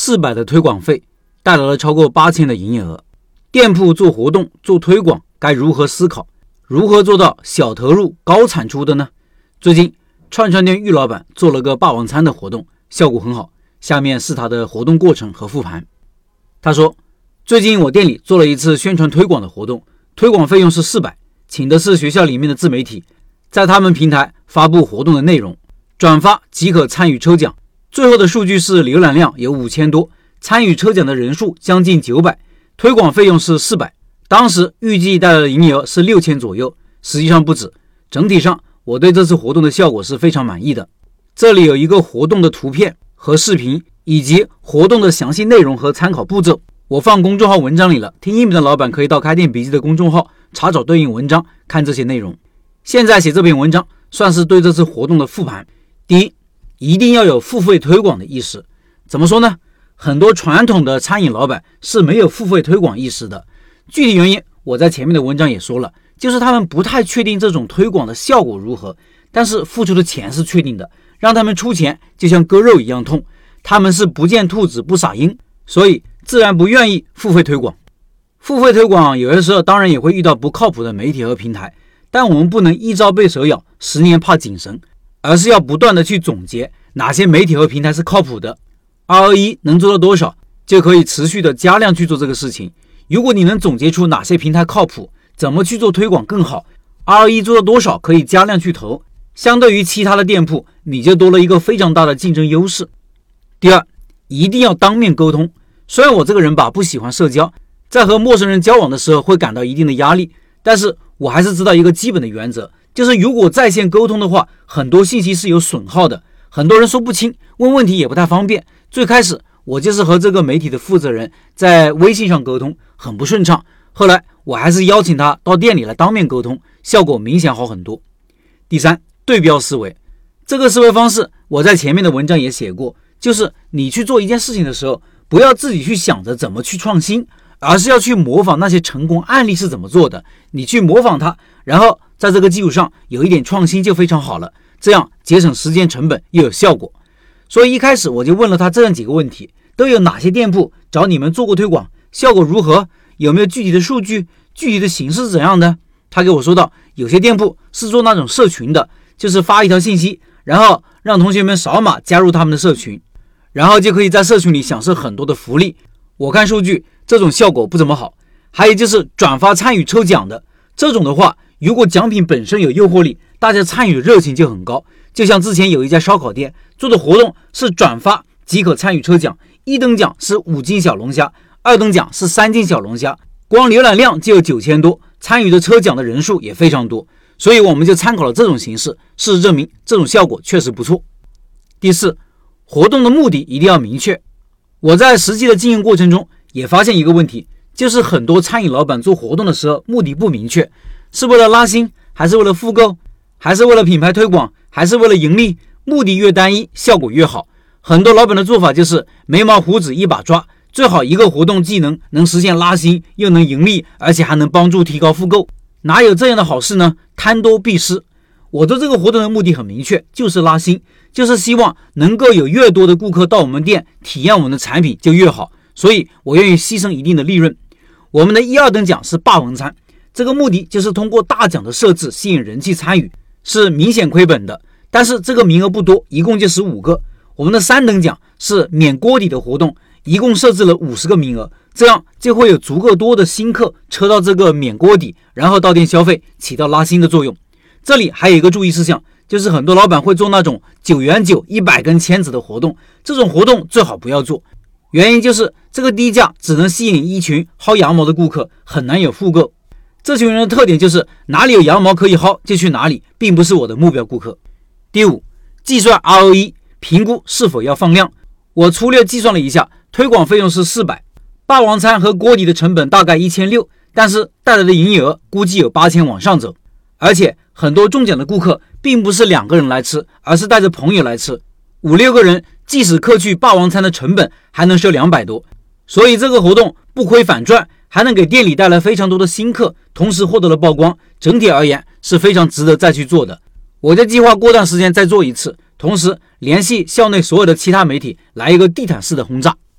400的推广费，带来了超过8000的营业额。店铺做活动做推广该如何思考，如何做到小投入高产出的呢？最近串串店玉老板做了个霸王餐的活动，效果很好，下面是他的活动过程和复盘。他说，最近我店里做了一次宣传推广的活动，推广费用是400，请的是学校里面的自媒体，在他们平台发布活动的内容，转发即可参与抽奖。最后的数据是浏览量有5000多，参与抽奖的人数将近900，推广费用是400，当时预计带来的营业额是6000左右，实际上不止。整体上我对这次活动的效果是非常满意的。这里有一个活动的图片和视频，以及活动的详细内容和参考步骤，我放公众号文章里了，听音频的老板可以到开店笔记的公众号查找对应文章看这些内容。现在写这篇文章算是对这次活动的复盘。第一，一定要有付费推广的意识。怎么说呢？很多传统的餐饮老板是没有付费推广意识的，具体原因我在前面的文章也说了，就是他们不太确定这种推广的效果如何，但是付出的钱是确定的，让他们出钱就像割肉一样痛，他们是不见兔子不撒鹰，所以自然不愿意付费推广。付费推广有些时候当然也会遇到不靠谱的媒体和平台，但我们不能一朝被蛇咬10年怕井绳，而是要不断的去总结哪些媒体和平台是靠谱的， ROE 能做到多少，就可以持续的加量去做这个事情。如果你能总结出哪些平台靠谱，怎么去做推广更好， ROE 做到多少可以加量去投，相对于其他的店铺你就多了一个非常大的竞争优势。第二，一定要当面沟通。虽然我这个人不喜欢社交，在和陌生人交往的时候会感到一定的压力，但是我还是知道一个基本的原则，就是如果在线沟通的话，很多信息是有损耗的，很多人说不清，问问题也不太方便。最开始我就是和这个媒体的负责人在微信上沟通，很不顺畅，后来我还是邀请他到店里来当面沟通，效果明显好很多。第三，对标思维。这个思维方式我在前面的文章也写过，就是你去做一件事情的时候，不要自己去想着怎么去创新，而是要去模仿那些成功案例是怎么做的，你去模仿它，然后在这个基础上有一点创新就非常好了，这样节省时间成本又有效果。所以一开始我就问了他这样几个问题，都有哪些店铺找你们做过推广，效果如何，有没有具体的数据，具体的形式是怎样的。他给我说到，有些店铺是做那种社群的，就是发一条信息，然后让同学们扫码加入他们的社群，然后就可以在社群里享受很多的福利。我看数据这种效果不怎么好。还有就是转发参与抽奖的，这种的话，如果奖品本身有诱惑力，大家参与的热情就很高。就像之前有一家烧烤店做的活动是转发即可参与抽奖，1等奖是5斤小龙虾，2等奖是3斤小龙虾，光浏览量就有9000多，参与的抽奖的人数也非常多，所以我们就参考了这种形式，事实证明这种效果确实不错。第四，活动的目的一定要明确。我在实际的经营过程中也发现一个问题，就是很多餐饮老板做活动的时候目的不明确，是为了拉新，还是为了复购，还是为了品牌推广，还是为了盈利，目的越单一效果越好。很多老板的做法就是眉毛胡子一把抓，最好一个活动既能实现拉新，又能盈利，而且还能帮助提高复购，哪有这样的好事呢？贪多必失。我对这个活动的目的很明确，就是拉新，就是希望能够有越多的顾客到我们店体验我们的产品就越好，所以我愿意牺牲一定的利润。我们的1、2等奖是霸王餐，这个目的就是通过大奖的设置吸引人气参与，是明显亏本的，但是这个名额不多，一共就15个。我们的3等奖是免锅底的活动，一共设置了50个名额，这样就会有足够多的新客抽到这个免锅底，然后到店消费，起到拉新的作用。这里还有一个注意事项，就是很多老板会做那种9元9 100根签子的活动，这种活动最好不要做，原因就是这个低价只能吸引一群薅羊毛的顾客，很难有复购。这群人的特点就是哪里有羊毛可以薅就去哪里，并不是我的目标顾客。第五，计算 ROE， 评估是否要放量。我粗略计算了一下，推广费用是400，霸王餐和锅底的成本大概1600，但是带来的营业额估计有8000往上走。而且很多中奖的顾客并不是2个人来吃，而是带着朋友来吃，5、6个人即使扣去霸王餐的成本还能收200多，所以这个活动不亏反赚，还能给店里带来非常多的新客，同时获得了曝光，整体而言是非常值得再去做的。我就计划过段时间再做一次，同时联系校内所有的其他媒体来一个地毯式的轰炸。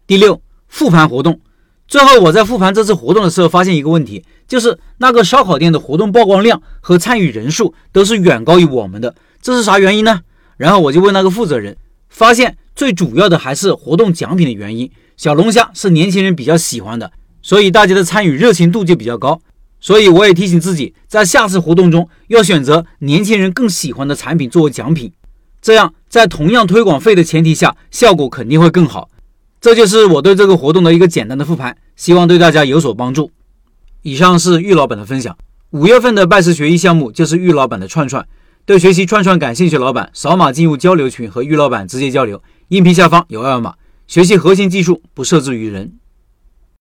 第六，复盘活动。最后我在复盘这次活动的时候发现一个问题，就是那个烧烤店的活动曝光量和参与人数都是远高于我们的，这是啥原因呢？然后我就问那个负责人，发现最主要的还是活动奖品的原因，小龙虾是年轻人比较喜欢的，所以大家的参与热情度就比较高。所以我也提醒自己，在下次活动中要选择年轻人更喜欢的产品作为奖品，这样在同样推广费的前提下，效果肯定会更好。这就是我对这个活动的一个简单的复盘，希望对大家有所帮助。以上是玉老板的分享。5月份的拜师学艺项目就是玉老板的串串，对学习串串感兴趣的老板，扫码进入交流群和玉老板直接交流，音频下方有2维码。学习核心技术，不设置于人。